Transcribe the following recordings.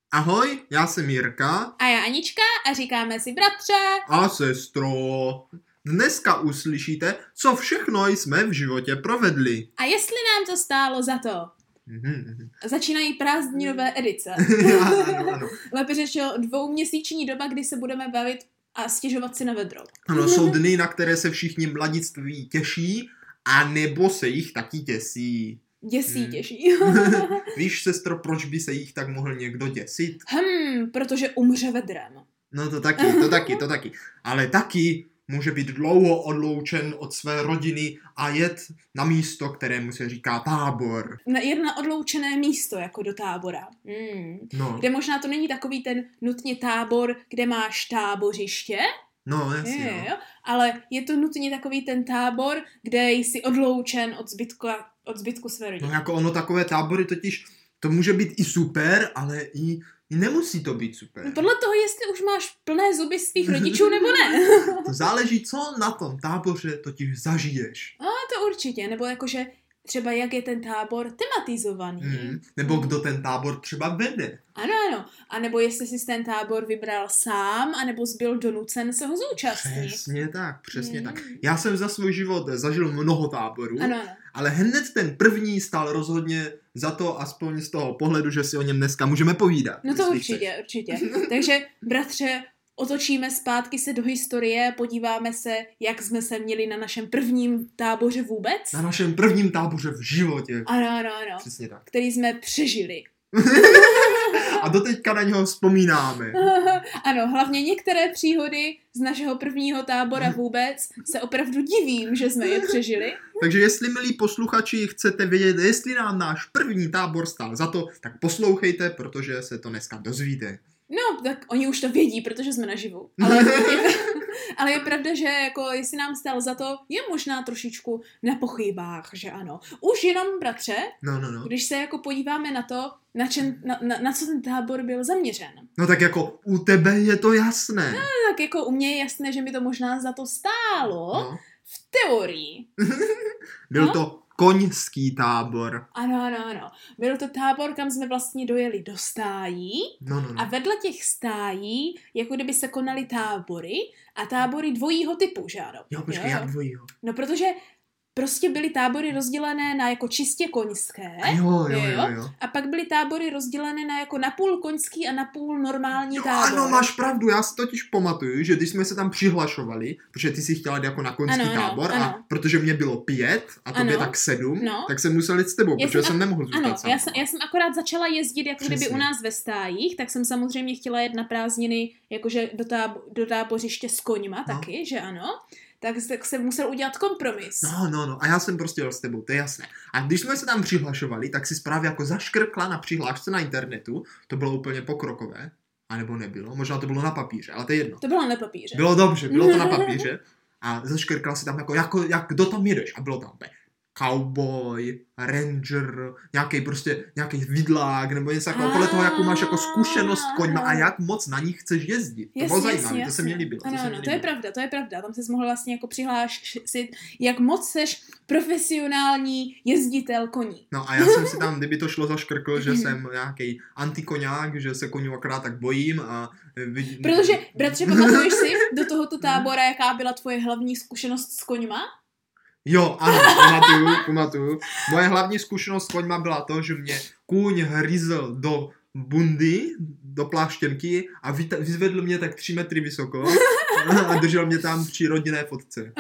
Ahoj, já jsem Jirka. A já Anička a říkáme si bratře. A sestro. Dneska uslyšíte, co všechno jsme v životě provedli. A jestli nám to stálo za to. Začínají prázdninové edice. Ano. Lépe řečeno 2měsíční doba, kdy se budeme bavit a stěžovat si na vedro. Ano, jsou dny, na které se všichni mladiství těší, a nebo se jich taky děsí. Těší. Víš, sestro, proč by se jich tak mohl někdo děsit? Protože umře vedrem. No to taky. Ale taky může být dlouho odloučen od své rodiny a jet na místo, kterému se říká tábor. Jet na odloučené místo, jako do tábora. No. Kde možná to není takový ten nutně tábor, kde máš tábořiště. No, jasně. Jo. Ale je to nutně takový ten tábor, kde jsi odloučen od zbytku své rodiny. No jako ono, takové tábory totiž, to může být i super, ale i nemusí to být super. No podle toho, jestli už máš plné zuby svých rodičů, nebo ne. To záleží, co na tom táboře totiž zažiješ. To určitě, nebo jakože třeba jak je ten tábor tematizovaný. Nebo kdo ten tábor třeba vede. Ano. A nebo jestli jsi ten tábor vybral sám, anebo jsi byl donucen se ho zúčastnit. Přesně tak. Já jsem za svůj život zažil mnoho táborů, ano. Ale hned ten první stál rozhodně za to, aspoň z toho pohledu, že si o něm dneska můžeme povídat. No to určitě. Takže, bratře, otočíme zpátky se do historie, podíváme se, jak jsme se měli na našem prvním táboře vůbec. Na našem prvním táboře v životě. Ano. Přesně tak. Který jsme přežili. A doteďka na něho vzpomínáme. Ano, hlavně některé příhody z našeho prvního tábora vůbec se opravdu divím, že jsme je přežili. Takže jestli, milí posluchači, chcete vědět, jestli nám náš první tábor stál za to, tak poslouchejte, protože se to dneska dozvíte. No, tak oni už to vědí, protože jsme naživu. Ale je pravda, že jako jestli nám stál za to, je možná trošičku na pochybách, že ano. Už jenom, bratře, No. Když se jako podíváme na to, na co ten tábor byl zaměřen. No tak jako u tebe je to jasné. No, tak jako u mě je jasné, že mi to možná za to stálo. V teorii. Byl to koňský tábor. Ano. Byl to tábor, kam jsme vlastně dojeli do stájí. No. A vedle těch stájí, jako kdyby se konaly tábory a tábory dvojího typu, že ano. Jo, počkej, jak dvojího? No, protože prostě byly tábory rozdělené na jako čistě koňské. Jo. A pak byly tábory rozdělené na jako napůl koňský a napůl normální tábor. Ano, máš pravdu, já si totiž pamatuju, že když jsme se tam přihlašovali, protože ty si chtěla jít jako na koňský tábor ano. A protože mě bylo 5 a tobě tak 7, tak jsem musel jít s tebou, protože jsem nemohl zůstat sám. Já jsem akorát začala jezdit jako kdyby u nás ve stájích, tak jsem samozřejmě chtěla jet na prázdniny jakože do tábořiště s koňma taky, že ano. Tak jsem musel udělat kompromis. No. A já jsem prostě jel s tebou, to je jasné. A když jsme se tam přihlašovali, tak si právě jako zaškrkla na přihlášce na internetu, to bylo úplně pokrokové, anebo nebylo, možná to bylo na papíře, ale to je jedno. To bylo na papíře. Bylo dobře, bylo to na papíře a zaškrkla si tam jako jak kdo tam jedeš a bylo tam cowboy, ranger, nějaký vidlák, nebo něco takového, podle toho, jakou máš jako zkušenost koňma a jak moc na nich chceš jezdit. To bylo zajímavé, to se mě líbilo. Ano, to je pravda. Tam ses mohl vlastně jako přihlásit, jak moc seš profesionální jezditel koní. No a já jsem si tam, kdyby to šlo, zaškrkl, že jsem nějaký antikoňák, že se koňů akorát tak bojím a... Protože, bratře, pamatuješ si do tohoto tábora, jaká byla tvoje hlavní zkušenost s koňma? Jo, ano, pamatuju. Moje hlavní zkušenost s koňma byla to, že mě kůň hryzl do bundy, do pláštěnky a vyzvedl mě tak 3 metry vysoko a držel mě tam při rodinné fotce.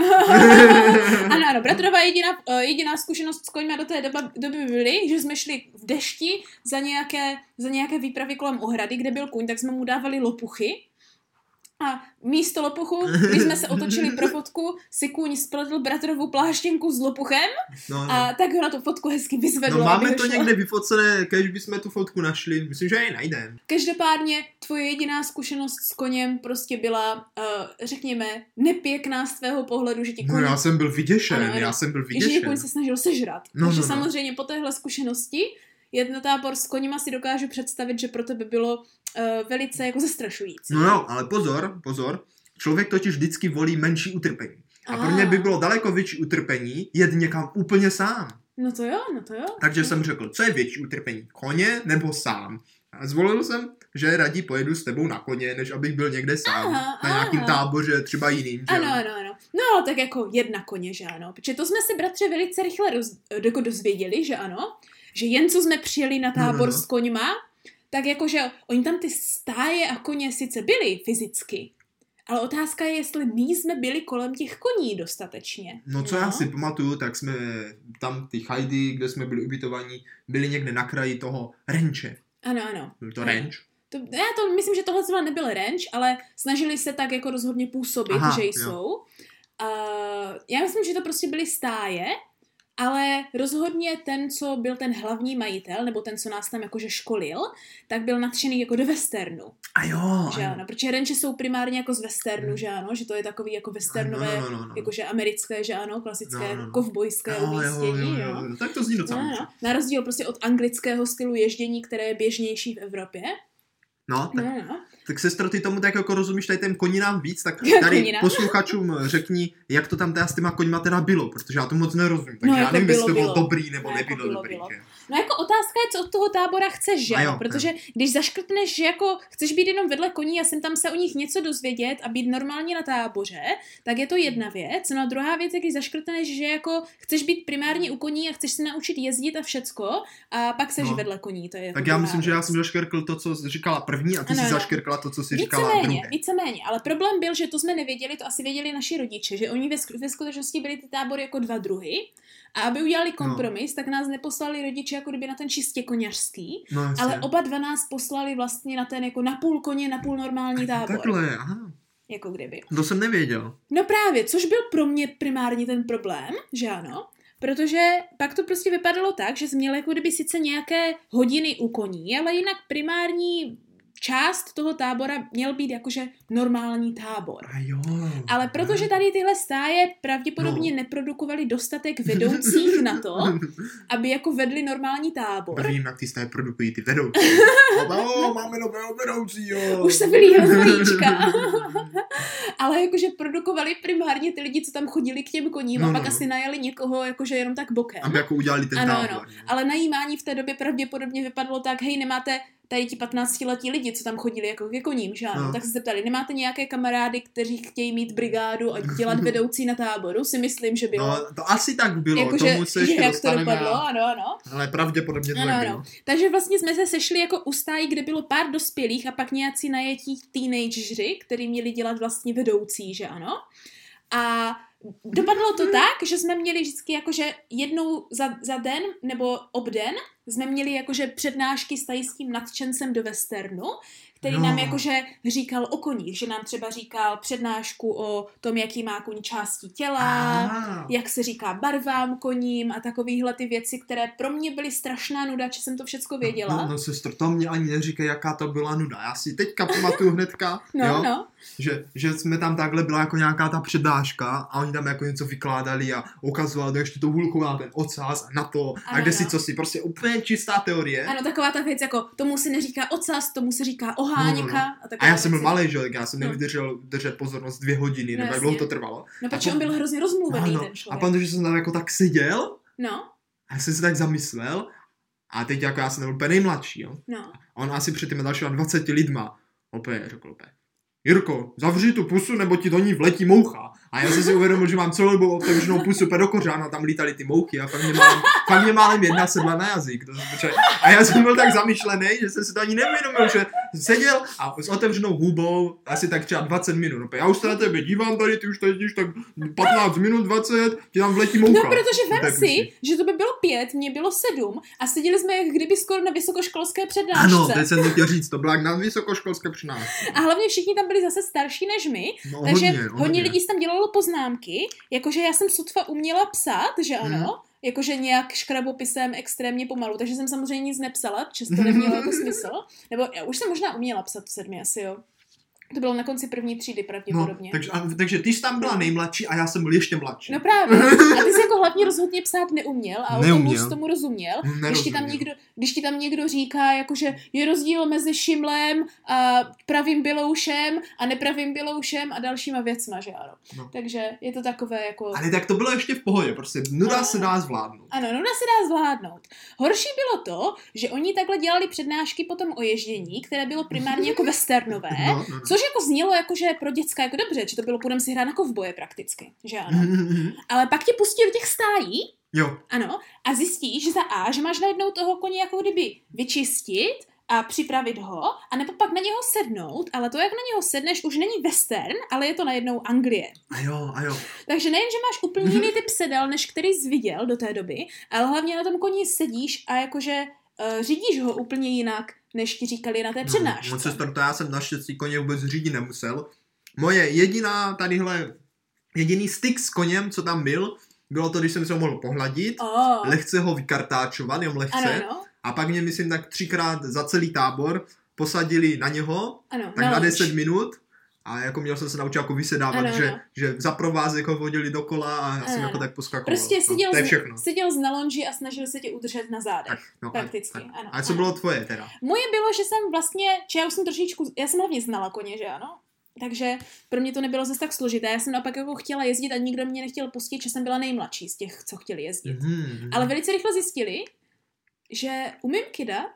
Ano, bratrova jediná zkušenost s koňma do té doby byly, že jsme šli v dešti za nějaké výpravy kolem ohrady, kde byl kůň, tak jsme mu dávali lopuchy. A místo lopuchu, když jsme se otočili pro fotku, si kůň spletl bratrovu pláštěnku s lopuchem a tak ho na tu fotku hezky vyzvedlo. No máme to někde vyfocené, když bychom tu fotku našli, myslím, že ji najdeme. Každopádně tvoje jediná zkušenost s koněm prostě byla, řekněme, nepěkná z tvého pohledu, že ti koň... No já jsem byl vyděšen, Že tě koň se snažil sežrat. Takže samozřejmě po téhle zkušenosti jet tábor s koněma si dokážu představit, že pro tebe bylo velice jako zastrašující. No, ale pozor, člověk totiž vždycky volí menší utrpení. A pro mě by bylo daleko větší utrpení jet někam úplně sám. No to jo. Takže jsem řekl, co je větší utrpení, koně nebo sám? A zvolil jsem, že raději pojedu s tebou na koně, než abych byl někde sám. Na nějakým táboře, třeba jiným. Že? Ano. No, tak jako jedna koně, že ano. Protože to jsme si, bratře, velice rychle dozvěděli, že ano. Že jen co jsme přijeli na tábor s koňma, tak jakože oni tam ty stáje a koně sice byly fyzicky, ale otázka je, jestli my jsme byli kolem těch koní dostatečně. No co já si pamatuju, tak jsme tam ty chajdy, kde jsme byli ubytovaní, byli někde na kraji toho ranče. Ano. Byl to ranč? Já to myslím, že tohle třeba nebyl ranč, ale snažili se tak jako rozhodně působit, že jsou. Já myslím, že to prostě byly stáje, ale rozhodně ten, co byl ten hlavní majitel, nebo ten, co nás tam jakože školil, tak byl nadšený jako do westernu. A jo. Že ano, protože ranče jsou primárně jako z westernu, že ano, že to je takový jako westernové, jakože americké, že ano, klasické kovbojské umístění. Jo. Tak to zní docela. Na rozdíl prostě od anglického stylu ježdění, které je běžnější v Evropě. No. Tak sestro, ty tomu tak jako rozumíš tady těm koninám víc, tak tady posluchačům řekni, jak to tam teda s těma koňma teda bylo, protože já to moc nerozumím, takže já nevím, jestli to bylo dobrý nebo nebylo dobrý. No jako otázka je, co od toho tábora chceš, že? Protože když zaškrtneš, že jako chceš být jenom vedle koní a sem tam se o nich něco dozvědět a být normálně na táboře, tak je to jedna věc. No a druhá věc je, když zaškrtneš, že jako chceš být primárně u koní a chceš se naučit jezdit a všecko a pak seš vedle koní. To je tak já myslím, že já jsem zaškrtl to, co říkala první a ty si zaškrtla to, co si říkala druhé. Víceméně, ale problém byl, že to jsme nevěděli, to asi věděli naši rodiče, že oni ve skutečnosti byli ty tábory jako dva druhy a aby udělali kompromis, tak nás neposlali rodiče jako kdyby na ten čistě koněřský, ale oba dva nás poslali vlastně na ten jako napůl koně, napůl normální tábor. Takhle, aha. Jako kdyby. To jsem nevěděl. No právě, což byl pro mě primárně ten problém, že ano, protože pak to prostě vypadalo tak, že jsi měl jako kdyby sice nějaké hodiny u koní, ale jinak primární část toho tábora měl být jakože normální tábor. Ale protože tady tyhle stáje pravděpodobně neprodukovaly dostatek vedoucích na to, aby jako vedli normální tábor. Vím, jak ty stáje produkují ty vedoucí. Máme nového vedoucího. Už se vylíhal z vajíčka. Ale jakože produkovali primárně ty lidi, co tam chodili k těm koním a pak asi najali někoho jakože jenom tak bokem. Aby jako udělali ten tábor. Ano. Ale najímání v té době pravděpodobně vypadalo tak, hej, nemáte tady ti 15letí lidi, co tam chodili jako ke koním, že ano? Tak se zeptali, nemáte nějaké kamarády, kteří chtějí mít brigádu a dělat vedoucí na táboru? Si myslím, že bylo. No, to asi tak bylo, jako, tomu se ještě jak dostaneme. To dopadlo, ano. Ale pravděpodobně to tak bylo. Takže vlastně jsme se sešli jako u stájí, kde bylo pár dospělých a pak nějací najetí teenageři, který měli dělat vlastně vedoucí, že ano? A dopadlo to tak, že jsme měli vždycky jakože jednou za den nebo obden jsme měli jakože přednášky s tajským nadšencem do westernu, který nám jakože říkal o koních, že nám třeba říkal přednášku o tom, jaký má koň části těla, jak se říká barvám koním a takovýhle ty věci, které pro mě byly strašná nuda, že jsem to všecko věděla. No sestro, to mě ani neříkej, jaká to byla nuda. Já si teďka pamatuju hnedka, že jsme tam takhle byla jako nějaká ta přednáška a oni tam jako něco vykládali a ukazovali ještě to hůlku na ten ocas a na to a kde si co si, prostě úplně čistá teorie. Ano, taková ta věc jako tomu se neříká ocas, tomu se říká oháňka. A já jsem byl malej, že já jsem nevydržel držet pozornost 2 hodiny, nebo jak dlouho to trvalo. No, protože on byl hrozně rozmluvený ten člověk. A protože jsem tam jako tak seděl, a já jsem se tak zamyslel a teď jako já jsem byl úplně nejmladší, jo. No. A on asi před těmi dalšíma 20 lidma opět řekl opět: Jirko, zavři tu pusu, nebo ti do ní vletí moucha. A já jsem si uvědomil, že mám celou dobu otevřenou pusu do kořán a tam lítaly ty mouchy a fakt mě málem jedna sedla na jazyk. A já jsem byl tak zamýšlený, že jsem si to ani neuvědomil, že seděl a s otevřenou hubou asi tak třeba 20 minut. Já už se na tebe dívám tady, ty už tady jdeš tak 15 minut, 20, ti tam vletí moucha. No, protože vem si, že to by bylo 5, mě bylo 7 a seděli jsme jak kdyby skoro na vysokoškolské přednášce. Ano, teď jsem to chtěl říct, to bylo jak na vysokoškolské přednášce. A hlavně všichni tam byli zase starší než my, no, takže hodně lidí tam dělalo poznámky, jakože já jsem sotva uměla psát, že ano, jakože nějak škrabopisem extrémně pomalu, takže jsem samozřejmě nic nepsala, často nemělo jako smysl, nebo já už jsem možná uměla psat v 7 asi, jo. To bylo na konci první třídy pravděpodobně. Takže ty jsi tam byla nejmladší a já jsem byl ještě mladší. No právě. A ty jsi jako hlavně rozhodně psát neuměl a autobus tomu rozuměl. Když ti tam někdo říká, jakože je rozdíl mezi šimlem a pravým byloušem a nepravým byloušem a dalšíma věcma, že ano. No. Takže je to takové jako... Ale tak to bylo ještě v pohodě, prostě nuda se dá zvládnout. Ano, nuda se dá zvládnout. Horší bylo to, že oni takhle dělali přednášky potom o ježdění, které bylo primárně jako westernové, což jako znělo jako, že pro děcka jako dobře, že to bylo půjdem si hrát na kovboje prakticky, že ano. Ale pak tě pustili do těch stájí, jo. Ano, a zjistíš, že že máš najednou toho koně jako kdyby vyčistit a připravit ho, a nebo pak na něho sednout, ale to, jak na něho sedneš, už není western, ale je to najednou Anglie. A jo. Takže nejen, že máš úplně jiný typ sedel, než který jsi viděl do té doby, ale hlavně na tom koni sedíš a jakože řídíš ho úplně jinak, než ti říkali na té přednášce. Moc sestro, to já jsem naštěstí koně vůbec řídit nemusel. Moje jediný styk s koněm, co tam bylo to, když jsem se ho mohl pohladit, lehce ho vykartáčovat, jenom lehce. Ano. A pak mě, myslím, tak 3krát za celý tábor posadili na něho, tak na 10 minut. A jako měl jsem se naučit jako vysedávat, že za provázek ho vodili dokola a já jsem jako tak poskakoval. Prostě seděl na lonži a snažil se tě udržet na zádech. Prakticky. Ano, a co bylo tvoje teda? Moje bylo, že jsem vlastně, já jsem hlavně znala koně, že ano? Takže pro mě to nebylo zase tak složité. Já jsem naopak jako chtěla jezdit a nikdo mě nechtěl pustit, že jsem byla nejmladší z těch, co chtěli jezdit. Ale velice rychle zjistili, že umím kydat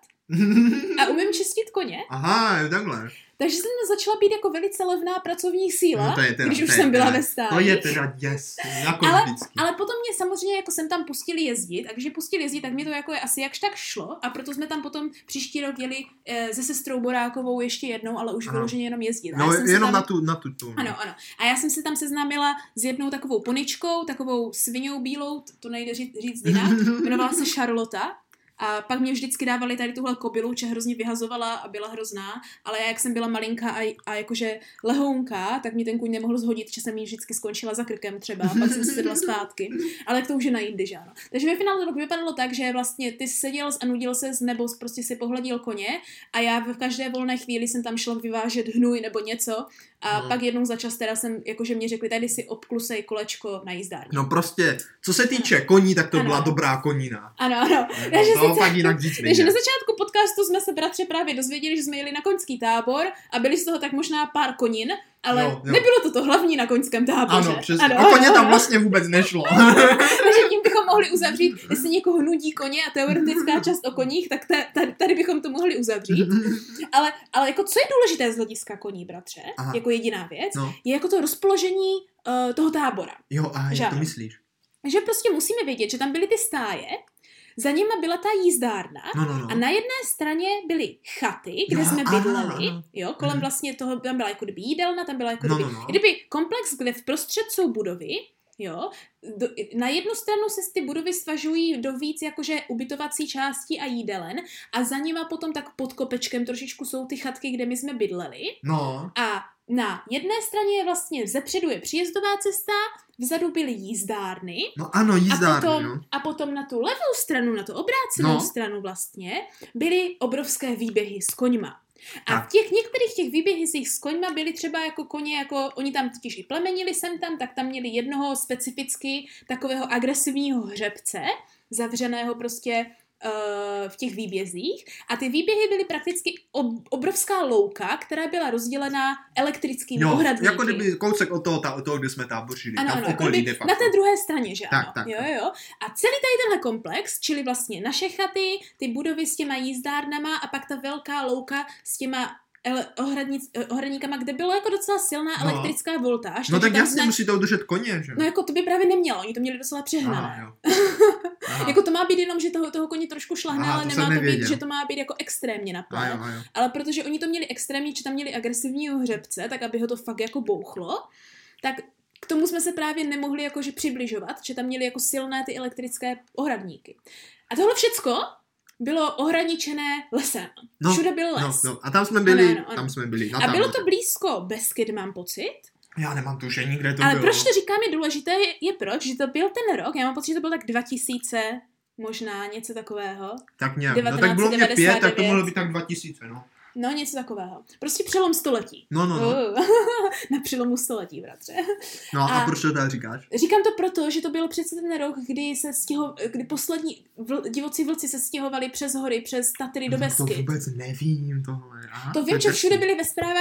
a umím čistit koně. Aha, je takhle. Takže jsem začala být jako velice levná pracovní síla, když už jsem byla ve stáji. To je teda jako vždycky. Ale potom mě samozřejmě jako jsem tam pustili jezdit, a když je pustili jezdit, tak mě to jako asi jakž tak šlo, a proto jsme tam potom příští rok jeli se sestrou Borákovou ještě jednou, ale už vyloženě jenom jezdit. No jenom na tu. Ano. A já jsem se tam seznámila s jednou takovou poničkou, takovou sviňou bílou, to nejde říct jinak, jmenovala se Charlotta. A pak mě vždycky dávali tady tuhle kobylu, že hrozně vyhazovala a byla hrozná, ale já, jak jsem byla malinká a jakože lehounká, tak mě ten kůň nemohl zhodit, že jsem jí vždycky skončila za krkem třeba, a pak jsem se sedla zpátky. Ale to už je na jindy, že ano. Takže ve finále to vypadalo tak, že vlastně ty seděl a nudil ses, nebo prostě si pohladil koně, a já v každé volné chvíli jsem tam šla vyvážet hnůj nebo něco, a pak jednou za čas teda jsem, jakože mě řekli, tady si obklusej kolečko na jízdárně. No prostě, co se týče koní, tak to byla dobrá konina. Ano. Takže na začátku podcastu jsme se, bratře, právě dozvěděli, že jsme jeli na koňský tábor a byli z toho tak možná pár konin, ale nebylo to hlavní na koňském táboře. Ano, přesně. O koně tam vlastně vůbec nešlo. Takže tím bychom mohli uzavřít, jestli někoho nudí koně a teoretická část o koních, tak tady bychom to mohli uzavřít. Ale jako co je důležité z hlediska koní, bratře, jako jediná věc, je jako to rozpoložení toho tábora. Jo, a jak to myslíš? Že prostě musíme vědět, že tam byly ty stáje, za nima byla ta jízdárna a na jedné straně byly chaty, kde jsme bydleli, jo, kolem vlastně toho, tam byla jako kdyby jídelna, tam byla jako kdyby komplex, kde vprostřed jsou budovy, jo, na jednu stranu se ty budovy svažují do víc jakože ubytovací části a jídelen a za nima potom tak pod kopečkem trošičku jsou ty chatky, kde my jsme bydleli. A na jedné straně je vlastně zepředu je příjezdová cesta, vzadu byly jízdárny. No ano, jízdárny. A potom na tu levou stranu, na tu obrácenou stranu vlastně, byly obrovské výběhy s koňma. A v některých těch výběhích s koňma byly třeba jako koně, jako oni tam totiž i plemenili sem tam, tak tam měli jednoho specificky takového agresivního hřebce, zavřeného prostě v těch výbězích, a ty výběhy byly prakticky obrovská louka, která byla rozdělená elektrickými ohradníky. Jako kdyby kousek od toho, kde jsme tábořili. Ano, na té druhé straně, že ano. Tak. Jo. A celý tady tenhle komplex, čili vlastně naše chaty, ty budovy s těma jízdárnama a pak ta velká louka s těma ohradníkama, kde bylo jako docela silná elektrická voltáž. No tak jasně musí to udržet koně, že? No jako to by právě nemělo, oni to měli docela přehnané. Jako to má být jenom, že toho koně trošku šlahne, ale nemá to být, že to má být jako extrémně naplé. Ale protože oni to měli extrémně, že tam měli agresivního hřebce, tak aby ho to fakt jako bouchlo, tak k tomu jsme se právě nemohli jakože přibližovat, že tam měli jako silné ty elektrické ohradníky. A tohle všecko bylo ohraničené lesem. Všude byl les. A tam jsme byli. Tam jsme byli. A bylo to blízko Beskyd, mám pocit. Já nemám tušení, kde to bylo. Ale proč to říkám je důležité, je proč, že to byl ten rok, já mám pocit, že to byl tak 2000, možná něco takového. Tak nějak. No tak bylo mě 5, tak to mohlo být tak 2000, no. No, něco takového. Prostě přelom století. No. Na přelomu století, bratře. No a proč to tak říkáš? Říkám to proto, že to bylo přece ten rok, kdy poslední divocí vlci se stěhovali přes hory, přes Tatry do Beskyt. To vůbec nevím tohle. Aha, to vím, že všude byly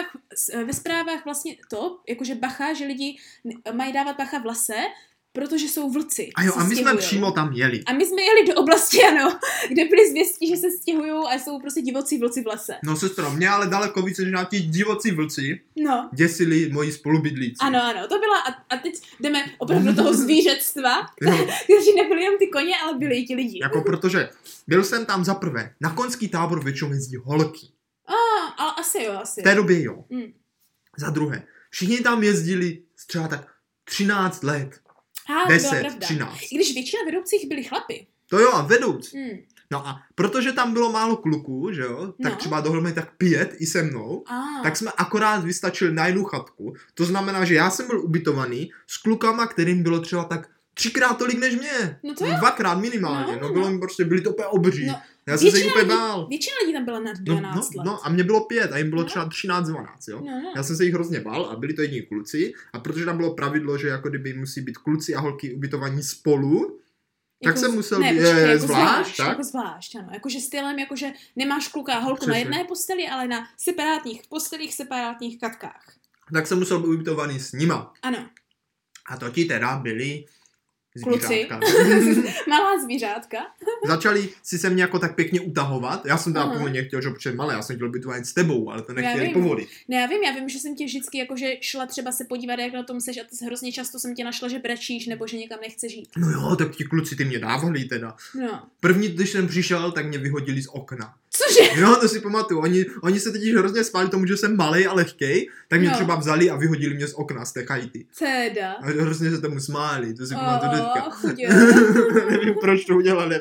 ve zprávách vlastně to, jakože bacha, že lidi mají dávat bacha v lese, protože jsou vlci. A my jsme přímo tam jeli. A my jsme jeli do oblasti, ano, kde byly zvěstí, že se stěhují a jsou prostě divocí vlci v lese. No sestro, mě ale daleko více, že na ti divocí vlci děsili moji spolubydlíci. Ano, to byla, a teď jdeme opravdu do toho zvířectva, kteří nebyli jenom ty koně, ale byli i ti lidi. Jako protože byl jsem tam za prvé, na koňský tábor většinou jezdí holky. Ale asi. V té době jo. Za druhé, všichni tam jezdili třeba tak 13 let. 10, 13. I když většina vedoucích byli chlapi. To jo, a vedoucí. No a protože tam bylo málo kluků, že jo, tak třeba dohromady tak 5 i se mnou, tak jsme akorát vystačili na jednu chatku. To znamená, že já jsem byl ubytovaný s klukama, kterým bylo třeba tak 3krát tolik než mě. No to 2krát minimálně. Bylo mi prostě, byli to úplně obří. Já jsem se jich úplně bál. Většina lidí tam byla nad 12 let. No a mě bylo 5 a jim bylo třeba 13-12, jo. Já jsem se jich hrozně bál a byli to jediní kluci. A protože tam bylo pravidlo, že jako kdyby musí být kluci a holky ubytovaní spolu, tak jsem musel být zvlášť, tak? Jako zvlášť, ano. Jakože stylem, jakože nemáš kluka a holku na jedné posteli, ale na separátních postelích, separátních katkách. Tak jsem musel být ubytovaný s nima. Ano. A to ti teda byli zvířátka. Malá zvířátka. Začali si se mě jako tak pěkně utahovat. Já jsem teda původně chtěl, že protože malé, já jsem chtěl být s tebou, ale to nechtěli povolit. Ne, já vím, že jsem tě vždycky jakože šla třeba se podívat, jak na tom seš a ty hrozně často jsem tě našla, že brečíš nebo že někam nechceš žít. No jo, tak ti kluci ty mě dávali teda. No. První, když jsem přišel, tak mě vyhodili z okna. Cože? Jo, to si pamatuju. Oni se teď hrozně spáli tomu, že jsem malej a lehkej, tak mě třeba vzali a vyhodili mě z okna z té chajty. Teda. A hrozně se tomu smáli, to si pamatuju teďka. Nevím, proč to udělali.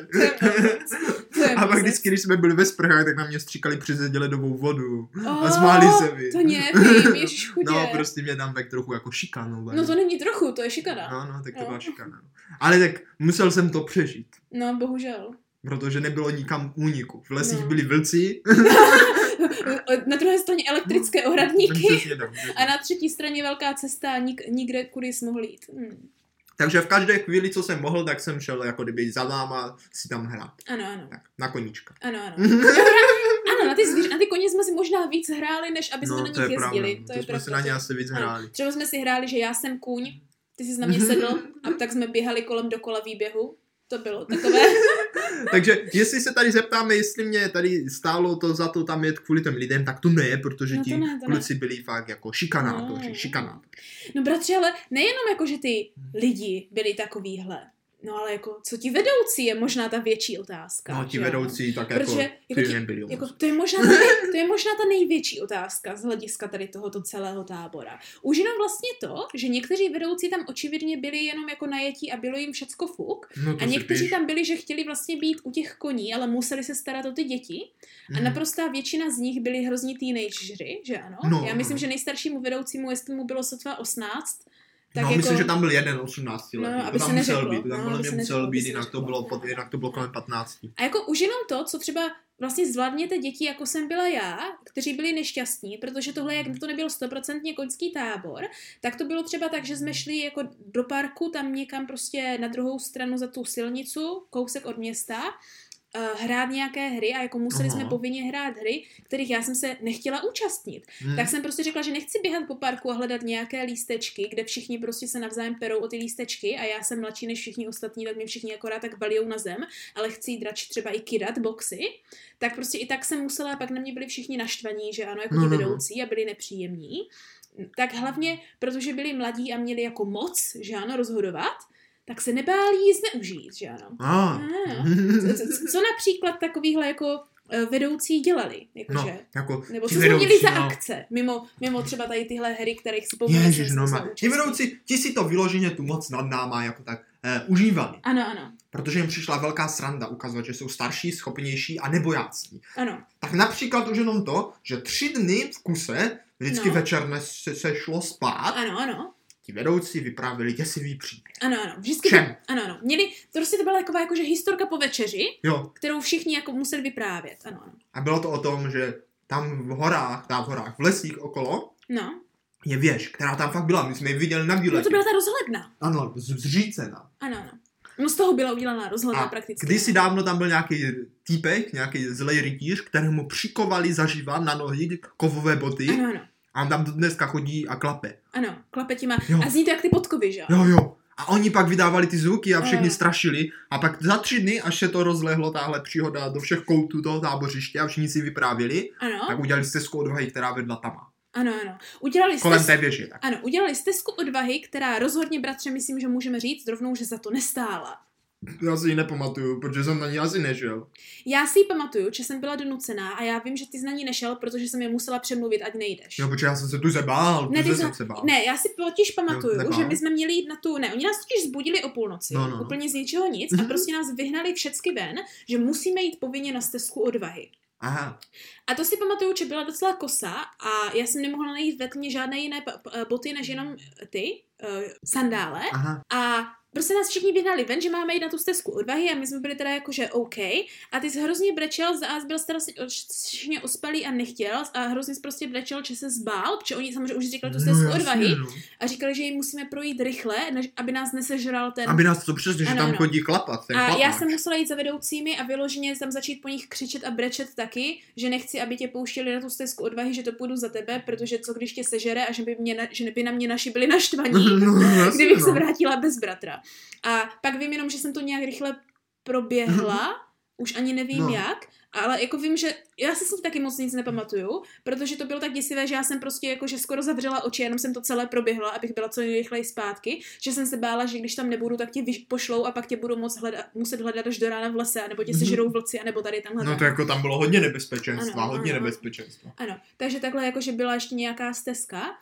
A pak vždycky, když jsme byli ve sprchách, tak na mě stříkali přes ledovou vodu. A smáli se mi. To nevím, ježiš chudě. No, prostě mě tam tak trochu jako šikanu. No to není trochu, to je šikana. No, tak to byla šikana. Ale tak musel jsem to přežít. No, bohužel. Protože nebylo nikam úniku. V lesích byli vlci. Na druhé straně elektrické ohradníky. A na třetí straně velká cesta, nikde kudy jsi mohl jít. Takže v každé chvíli, co jsem mohl, tak jsem šel jako kdyby za váma si tam hrát. Ano. Tak, na koníčka. Ano. Ano, na ty koně jsme si možná víc hráli, než aby jsme na nich jezdili. To jsme si na ně asi víc hráli. Třeba jsme si hráli, že já jsem kůň, ty jsi na mě sedl a tak jsme běhali kolem dokola výběhu. To bylo takové. Takže jestli se tady zeptáme, jestli mě tady stálo to za to tam jet kvůli těm lidem, tak to ne, protože ti kluci byli fakt jako šikanátoři. No bratři, ale nejenom jako, že ty lidi byli takovýhle. No ale jako, co ti vedoucí je možná ta větší otázka. No ti vedoucí tak jako, ty nebyli. Jako, to je možná ta největší otázka z hlediska tady tohoto celého tábora. Už jenom vlastně to, že někteří vedoucí tam očividně byli jenom jako najetí a bylo jim všecko fuk. No a někteří tam byli, že chtěli vlastně být u těch koní, ale museli se starat o ty děti. A naprostá většina z nich byli hrozní teenageři, že ano? No, já myslím, že nejstaršímu vedoucímu, jestli mu bylo sotva 18, tak myslím, že tam byl jeden 18 let. No, aby to se neřeklo. Být, tam musel být, jinak to bylo kolem 15. A jako už jenom to, co třeba vlastně zvládněte děti, jako jsem byla já, kteří byli nešťastní, protože tohle, jak to nebyl 100% koňský tábor, tak to bylo třeba tak, že jsme šli jako do parku, tam někam prostě na druhou stranu za tu silnicu, kousek od města, hrát nějaké hry a jako museli jsme povinně hrát hry, kterých já jsem se nechtěla účastnit. Tak jsem prostě řekla, že nechci běhat po parku a hledat nějaké lístečky, kde všichni prostě se navzájem perou o ty lístečky a já jsem mladší než všichni ostatní, tak mě všichni akorát tak valijou na zem, ale chci jít radši třeba i kidat boxy. Tak prostě i tak jsem musela, pak na mě byli všichni naštvaní, že ano, jako ti vedoucí a byli nepříjemní. Tak hlavně, protože byli mladí a měli jako moc, že ano, rozhodovat, tak se nebáli ji zneužít, že ano. Co například takovýhle jako vedoucí dělali? Jakože, nebo co jsme měli za akce? Mimo třeba tady tyhle hry, kterých si poměli. Ti vedoucí, ti si to vyloženě tu moc nad náma jako tak užívali. Ano. Protože jim přišla velká sranda ukazovat, že jsou starší, schopnější a nebojácní. Ano. Tak například už jenom to, že 3 dny v kuse, vždycky večer se šlo spát. Ano. Ti vedoucí vyprávěli děsivý příběh. Ano. Vždycky ano. Měli, to prostě to byla taková jakože historka po večeři, kterou všichni jako museli vyprávět. Ano. A bylo to o tom, že tam v horách, v lesích okolo, No. je věž, která tam fakt byla, my jsme ji viděli na výletě. No to byla ta rozhledna. Ano, zřícena. Ano. No z toho byla udělaná rozhledna A prakticky. kdysi dávno tam byl nějaký týpek, nějaký zlej rytíř, kterému přikovali zaživa na nohy kovové boty. Ano. A on tam dneska chodí a klape. Ano, klape těma. Jo. A zní to jak ty podkovy, že jo? Jo. A oni pak vydávali ty zvuky a všechny Ano. strašili. A pak za 3 dny, až se to rozlehlo, tahle příhoda do všech koutů toho tábořiště a všichni si vyprávěli, Ano. tak udělali stezku odvahy, která vedla tam. Ano. Udělali Kolem té věže. Tak. Ano, udělali stezku odvahy, která rozhodně, bratře, myslím, že můžeme říct rovnou, že za to nestála. Já si ji nepamatuju, protože jsem na ní asi nešel. Já si ji pamatuju, že jsem byla donucená a já vím, že ty jsi na ní nešel, protože jsem je musela přemluvit, ať nejdeš. Jo, protože já jsem se tu zebál, Ne, já si totiž pamatuju, Jo, že my jsme měli jít na tu, oni nás totiž zbudili o půlnoci, No. úplně z ničeho nic a prostě nás vyhnali všecky ven, že musíme jít povinně na stezku odvahy. Aha. A to si pamatuju, že byla docela kosa a já jsem nemohla najít ve tmě žádné jiné boty, než jenom sandále. Aha. A prostě nás všichni vyhnali ven, že máme jít na tu stezku odvahy a my jsme byli teda jakože OK. A ty jsi hrozně brečel, a byl strašně ospalý a nechtěl a hrozně jsi prostě brečel, že se zbál, protože oni samozřejmě už říkali tu stezku odvahy a říkali, že ji musíme projít rychle, aby nás nesežral ten... Aby nás to přesně, že tam chodí klapat. Ten a klapač. já jsem musela jít za vedoucími a vyloženě tam začít po nich křičet a brečet taky, že nechci, aby tě pouštěli na tu stezku odvahy, že to půjdu za tebe, protože co když tě sežere a že by na mě naši byli naštvaní, kdybych se vrátila bez bratra. A pak vím jenom, že jsem to nějak rychle proběhla, už ani nevím jak, ale jako vím, že já si s ní taky moc nic nepamatuju, protože to bylo tak děsivé, že já jsem prostě jakože skoro zavřela oči, jenom jsem to celé proběhla, abych byla co nejrychleji zpátky, že jsem se bála, že když tam nebudu, tak tě pošlou a pak tě budu muset hledat až do rána v lese, nebo tě sežerou vlci, anebo tady tamhle. No to jako tam bylo hodně nebezpečenstva, Ano. nebezpečenstva. Ano, takže takhle jakože byla ještě nějaká stezka.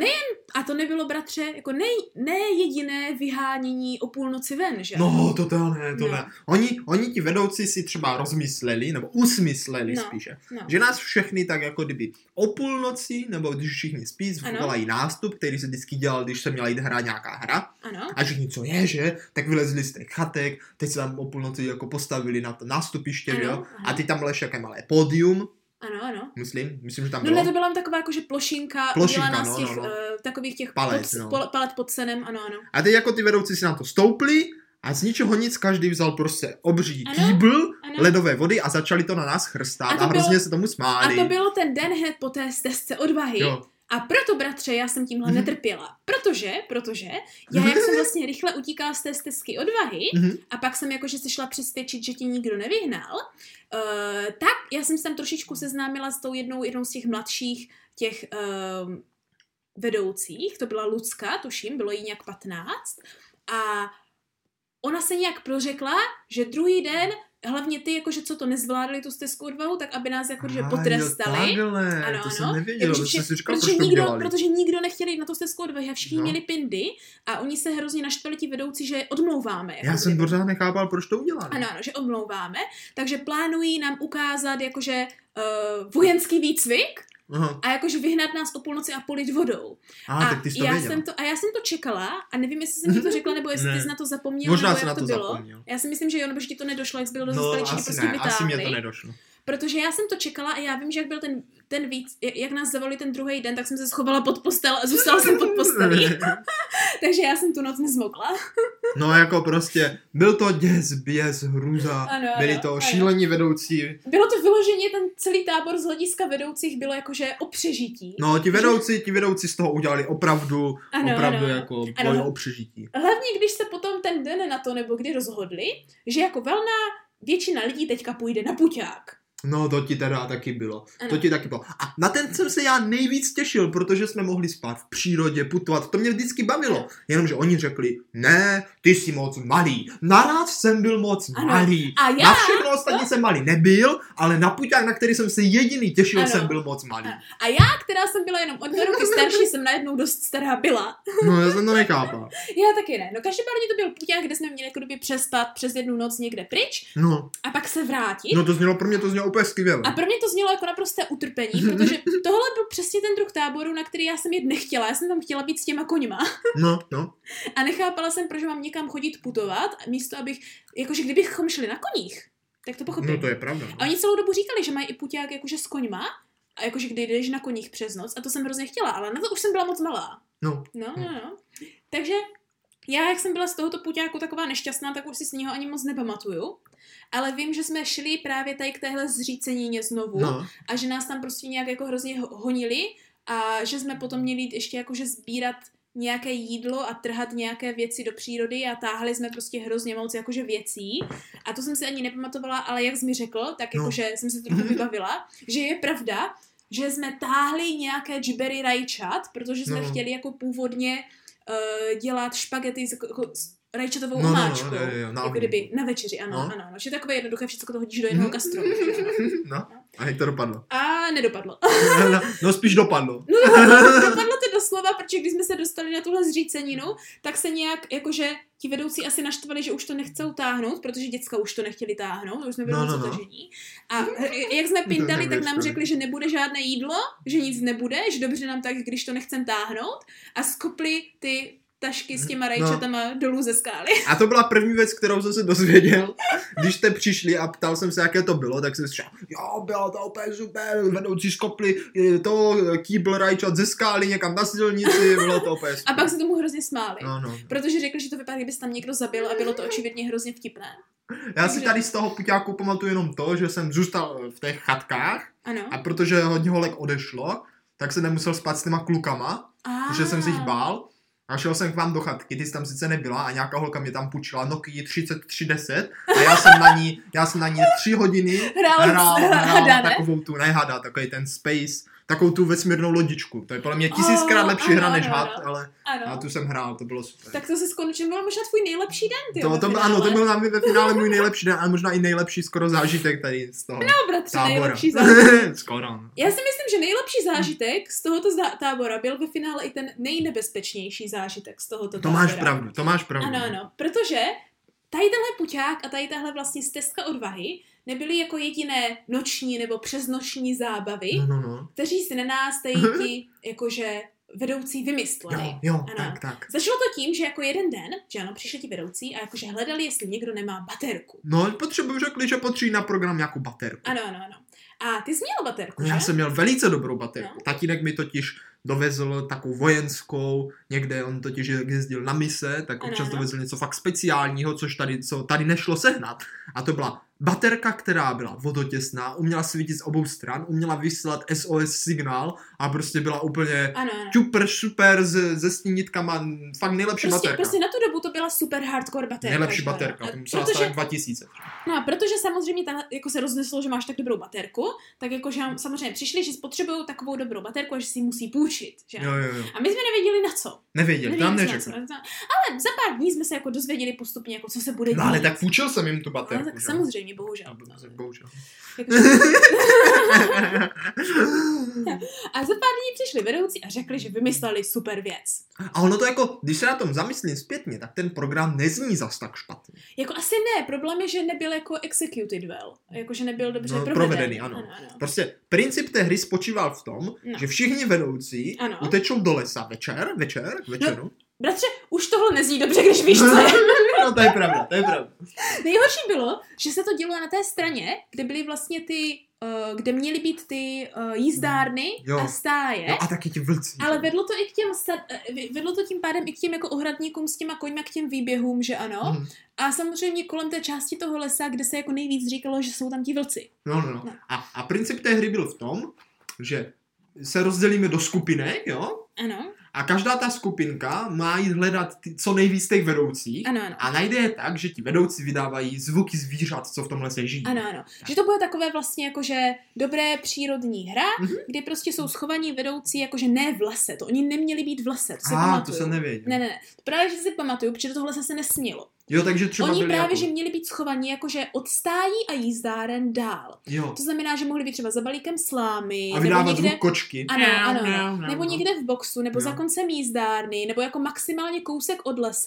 A to nebylo, bratře, jako ne jediné vyhánění o půlnoci ven, že? No, to ne. Oni ti vedoucí si třeba rozmysleli, nebo usmysleli spíše, že nás všechny tak jako kdyby o půlnoci, nebo když všichni spí, volají nástup, který se vždycky dělal, když se měla jít hrát nějaká hra. Ano. A všichni, co je, že? Tak vylezli z těch chatek, teď se tam o půlnoci jako postavili na to nástupiště, že jo? A ty tam bylo ještě jaké malé pódium. Ano. Myslím, že tam bylo. No ne, to byla taková jakože plošinka udělaná z těch takových těch palet pod senem, ano. A teď jako ty vedoucí si na to stoupli a z ničeho nic každý vzal prostě obří kýbl ledové vody a začali to na nás chrstat a hrozně se tomu smáli. A to bylo ten den hned po té stezce odvahy. Jo. A proto, bratře, já jsem tímhle netrpěla. Protože já, jak jsem vlastně rychle utíkala z té stezky odvahy a pak jsem jakože se šla přesvědčit, že ti nikdo nevyhnal, tak já jsem se tam trošičku seznámila s tou jednou z těch mladších těch vedoucích, to byla Lucka, tuším, bylo jí nějak 15 a ona se nějak prořekla, že druhý den hlavně ty, jakože co to nezvládli tu stezku odvahu, tak aby nás jakože potrestali. To jsem nevěděl, jakože že si říkal, protože nikdo nechtěl jít na tu stezku odvahy a všichni měli pindy a oni se hrozně naštvali ti vedoucí, že odmlouváme. Já jsem pořád nechápal, proč to udělali. Ano, že odmlouváme, takže plánují nám ukázat jakože vojenský výcvik. Aha. A jakože vyhnat nás o půlnoci a polit vodou. Tak ty jsi to věděla. Já jsem to čekala a nevím, jestli jsem ti to řekla, nebo jestli ty jsi na to zapomněla, možná nebo se jak na to bylo. Zapomněl. Já si myslím, že jo, nebo že ti to nedošlo, jak jsi byl do zastaličky, prostě vytáhli. Asi mě to nedošlo. Protože já jsem to čekala a já vím, že jak byl ten víc, jak nás zavolali ten druhý den, tak jsem se schovala pod postel a zůstala jsem pod postelí. Takže já jsem tu noc nezmokla. No jako prostě, byl to děs, běs, hrůza, byli to šílení vedoucí. Bylo to vyloženě, ten celý tábor z hlediska vedoucích bylo jakože o přežití. No, ti vedoucí z toho udělali opravdu jako boj o přežití. Hlavně, když se potom ten den na to, nebo kdy rozhodli, že jako valná většina lidí teďka půjde na puťák. No, to ti teda taky bylo. A na ten jsem se já nejvíc těšil, protože jsme mohli spát v přírodě, putovat. To mě vždycky bavilo. Jenomže oni řekli, ne, ty jsi moc malý. Naraz jsem byl moc malý. A já... Na všechno ostatní jsem malý nebyl, ale na puťák, na který jsem se jediný těšil, jsem byl moc malý. A já, která jsem byla jenom o 2 roky starší, jsem najednou dost stará byla. No, já jsem to nechápal. Já taky ne. No každopádně to byl puťák, kde jsme měli jako kdyby přespat přes jednu noc někde pryč. No. A pak se vrátit. No pro mě to znělo úplně skvěle. A pro mě to znělo jako naprosté utrpení, protože tohle byl přesně ten druh táboru, na který já jsem jet nechtěla. Já jsem tam chtěla být s těma koňma. No. A nechápala jsem, proč mám někam chodit putovat, místo abych, jakože kdybychom šli na koních, tak to pochopím. No to je pravda. A oni celou dobu říkali, že mají i puťák jakože s koňma, a jakože kdy jdeš na koních přes noc a to jsem hrozně chtěla, ale na to už jsem byla moc malá. No. Takže já, jak jsem byla z tohoto puťáku taková nešťastná, tak už si z něho ani moc nepamatuju. Ale vím, že jsme šli právě tady k téhle zřícenině znovu a že nás tam prostě nějak jako hrozně honili a že jsme potom měli ještě jakože sbírat nějaké jídlo a trhat nějaké věci do přírody a táhli jsme prostě hrozně moc jakože věcí a to jsem si ani nepamatovala, ale jak jsi mi řekl, tak jakože jsem si to trochu vybavila, že je pravda, že jsme táhli nějaké džbery rajčat, protože jsme chtěli jako původně dělat špagety s rajčatovou omáčkou. Jako kdyby na večeři, ano. Že takové jednoduché, všechno to hodíš do jednoho kastru. A jak to dopadlo? A nedopadlo. No spíš dopadlo. Dopadlo to doslova, protože když jsme se dostali na tuhle zříceninu, tak se nějak, jakože ti vedoucí asi naštvali, že už to nechcou táhnout, protože děcka už to nechtěli táhnout, už jsme byli moc utažení. A jak jsme pindali, tak nám řekli, že nebude žádné jídlo, že nic nebude, že dobře nám tak, když to nechcem táhnout a skopli ty tašky s těma rajčatama dolů ze skály. A to byla první věc, kterou jsem se dozvěděl. Když jste přišli a ptal jsem se, jaké to bylo, tak jsem si říkal, jo, bylo to úplně super, vedoucí skopli to kýbl rajčat ze skály někam na silnici, bylo to úplně super. A pak se tomu hrozně smáli, protože řekli, že to vypadá, kdyby se tam někdo zabil a bylo to očividně hrozně vtipné. Já si tady z toho puťáku pamatuju jenom to, že jsem zůstal v těch chatkách a protože hodně holek odešlo, tak jsem nemusel spát s těma klukama, protože jsem si jich bál. A šel jsem k vám do chatky, ty jsi tam sice nebyla a nějaká holka mě tam půjčila Nokia 3310 a já jsem na ní 3 hodiny hrál takovou tu, takový ten Space, takovou tu vesmírnou lodičku. To je podle mě 1000krát lepší hra než had, ale a tu jsem hrál, to bylo super. Tak to se konečně bylo možná tvůj nejlepší den, to byl na mě ve finále můj nejlepší den, ale možná i nejlepší skoro zážitek tady z toho bratře, nejlepší zážitek. Skoro. Já si myslím, že nejlepší zážitek z tohoto tábora byl ve finále i ten nejnebezpečnější zážitek z tohoto tábora. To máš pravdu. Ano, protože tady tenhle puťák a tady tahle vlastně stezka odvahy nebyly jako jediné noční nebo přesnoční zábavy, kteří si na nás tady ti jakože vedoucí vymysleli. Jo, tak. Začalo to tím, že jako jeden den, že ano, přišli ti vedoucí a jakože hledali, jestli někdo nemá baterku. No, řekli, že potřebují na program nějakou baterku. Ano. A ty jsi měl baterku, že? Já jsem měl velice dobrou baterku. Tatínek mi totiž dovezl takovou vojenskou, někde on totiž jezdil na mise, tak občas dovezl něco fakt speciálního, co tady nešlo sehnat. A to byla baterka, která byla vodotěsná, uměla svítit z obou stran, uměla vysílat SOS signál a prostě byla úplně super se snínitkama, fakt nejlepší baterka. Prostě na tu dobu to byla super hardcore baterka. Nejlepší baterka, to musela stát 2000. No a protože samozřejmě jako se rozneslo, že máš tak dobrou baterku, tak jakože samozřejmě přišli, že potřebují takovou dobrou baterku a že si ji musí půjčit. Že? Jo. A my jsme nevěděli na co. Nevěděli, tam neřekli. Ale za pár dní jsme se jako dozvěděli postupně, jako co se bude dít. No ale tak půjčil jsem jim tu baterku. Tak samozřejmě, bohužel. Bohužel. A za pár dní přišli vedoucí a řekli, že vymysleli super věc. A ono to jako, když se na tom zamyslím zpětně, tak ten program nezní zas tak špatně. Jako asi ne, problém je, že nebyl jako executed well. Jako, že nebyl dobře provedený. Ano. Prostě princip té hry spočíval v tom, že všichni vedoucí utečou do lesa k večeru. Bratře, už tohle nezní dobře, když víš, co je. No, to je pravda. Nejhorší bylo, že se to dělo na té straně, kde byly vlastně ty, kde měly být ty jízdárny a stáje. Jo, a taky ti vlci. Ale vedlo to i k těm, vedlo to tím pádem i k těm jako ohradníkům s těma koňma, k těm výběhům, že ano. A samozřejmě kolem té části toho lesa, kde se jako nejvíc říkalo, že jsou tam ti vlci. No. A princip té hry byl v tom, že se rozdělíme do skupinek, jo? Ano. A každá ta skupinka má jít hledat co nejvíc těch vedoucích. Ano. A najde je tak, že ti vedoucí vydávají zvuky zvířat, co v tom lese žijí. Ano. Tak. Že to bude takové vlastně jakože dobré přírodní hra, kdy prostě jsou schovaní vedoucí jakože ne v lese. To oni neměli být v lese, to si pamatuju. To se nevěděl. Ne. Právě, že si pamatuju, protože do toho lesa se nesmělo. Jo, takže třeba oni právě, že měli být schovaní jakože od stájí a jízdáren dál. Jo. To znamená, že mohli být třeba za balíkem slámy. A vydávat zvuk kočky. Ano. Nebo někde v boxu, nebo za koncem jízdárny, nebo jako maximálně kousek od lesa,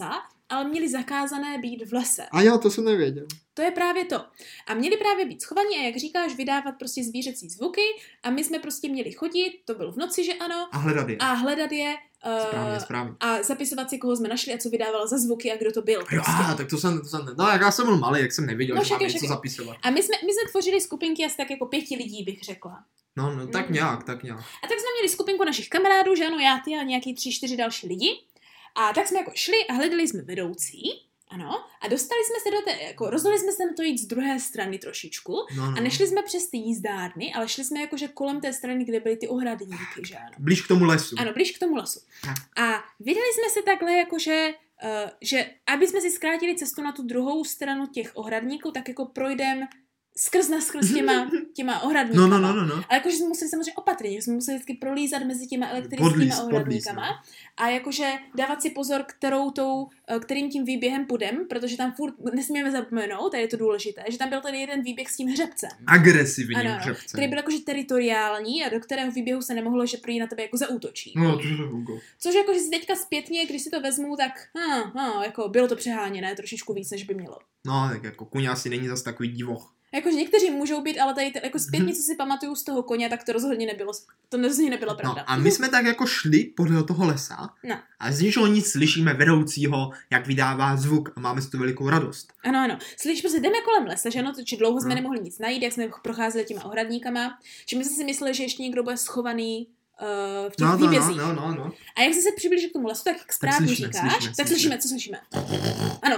ale měli zakázané být v lese. A jo, to jsem nevěděl. To je právě to. A měli právě být schovaní a jak říkáš, vydávat prostě zvířecí zvuky a my jsme prostě měli chodit, to bylo v noci, že ano. A hledat je. Správně. A zapisovat si, koho jsme našli a co vydával za zvuky a kdo to byl. Prostě. Jo, tak to jsem no jak já jsem byl malý, jak jsem neviděl, že mám něco zapisovat. A my jsme tvořili skupinky asi tak jako 5 lidí, bych řekla. No, tak nějak. A tak jsme měli skupinku našich kamarádů, že ano, já, ty a nějaký 3-4 další lidi. A tak jsme jako šli a hledali jsme vedoucí. Ano, a dostali jsme se do té, jako rozhodli jsme se na to jít z druhé strany trošičku a nešli jsme přes ty jízdárny, ale šli jsme jakože kolem té strany, kde byly ty ohradníky, že ano. Blíž k tomu lesu. Ano, blíž k tomu lesu. A vydali jsme se takhle jakože, že aby jsme si zkrátili cestu na tu druhou stranu těch ohradníků, tak jako projdem skrz těma ohradníkama. No. Ale jakože jsme museli samozřejmě opatrně, že jsme museli vždycky prolízat mezi těma elektrickými ohradníkama a jakože dávat si pozor, kterým tím výběhem půjdem, protože tam furt nesmíme zapomenout, tady je to důležité, že tam byl tady jeden výběh s tím hřebcem. Agresivním hřebcem. Který byl jakože teritoriální a do kterého výběhu se nemohlo, že prý na tebe jako zaútočí. No, to je to. Což jakože si teďka zpětně, když si to vezmu, tak jako bylo to přeháněné trošičku víc, než by mělo. No, tak jako kuň asi není zas takový divoch. Jakože někteří můžou být, ale tady jako zpětně, co si pamatuju z toho koně, tak to rozhodně nebyla pravda. No, a my jsme tak jako šli podle toho lesa a z ničeho nic slyšíme vedoucího, jak vydává zvuk a máme z toho velikou radost. Ano. Slyšíš, prostě jdeme kolem lesa, že ano, či dlouho jsme nemohli nic najít, jak jsme procházeli těma ohradníkama, že my jsme si mysleli, že ještě někdo bude schovaný v těch výbězích. No. A jak jsme se přiblížili k tomu lesu, tak jak správně říkáš, tak slyšíme, co slyšíme? Ano.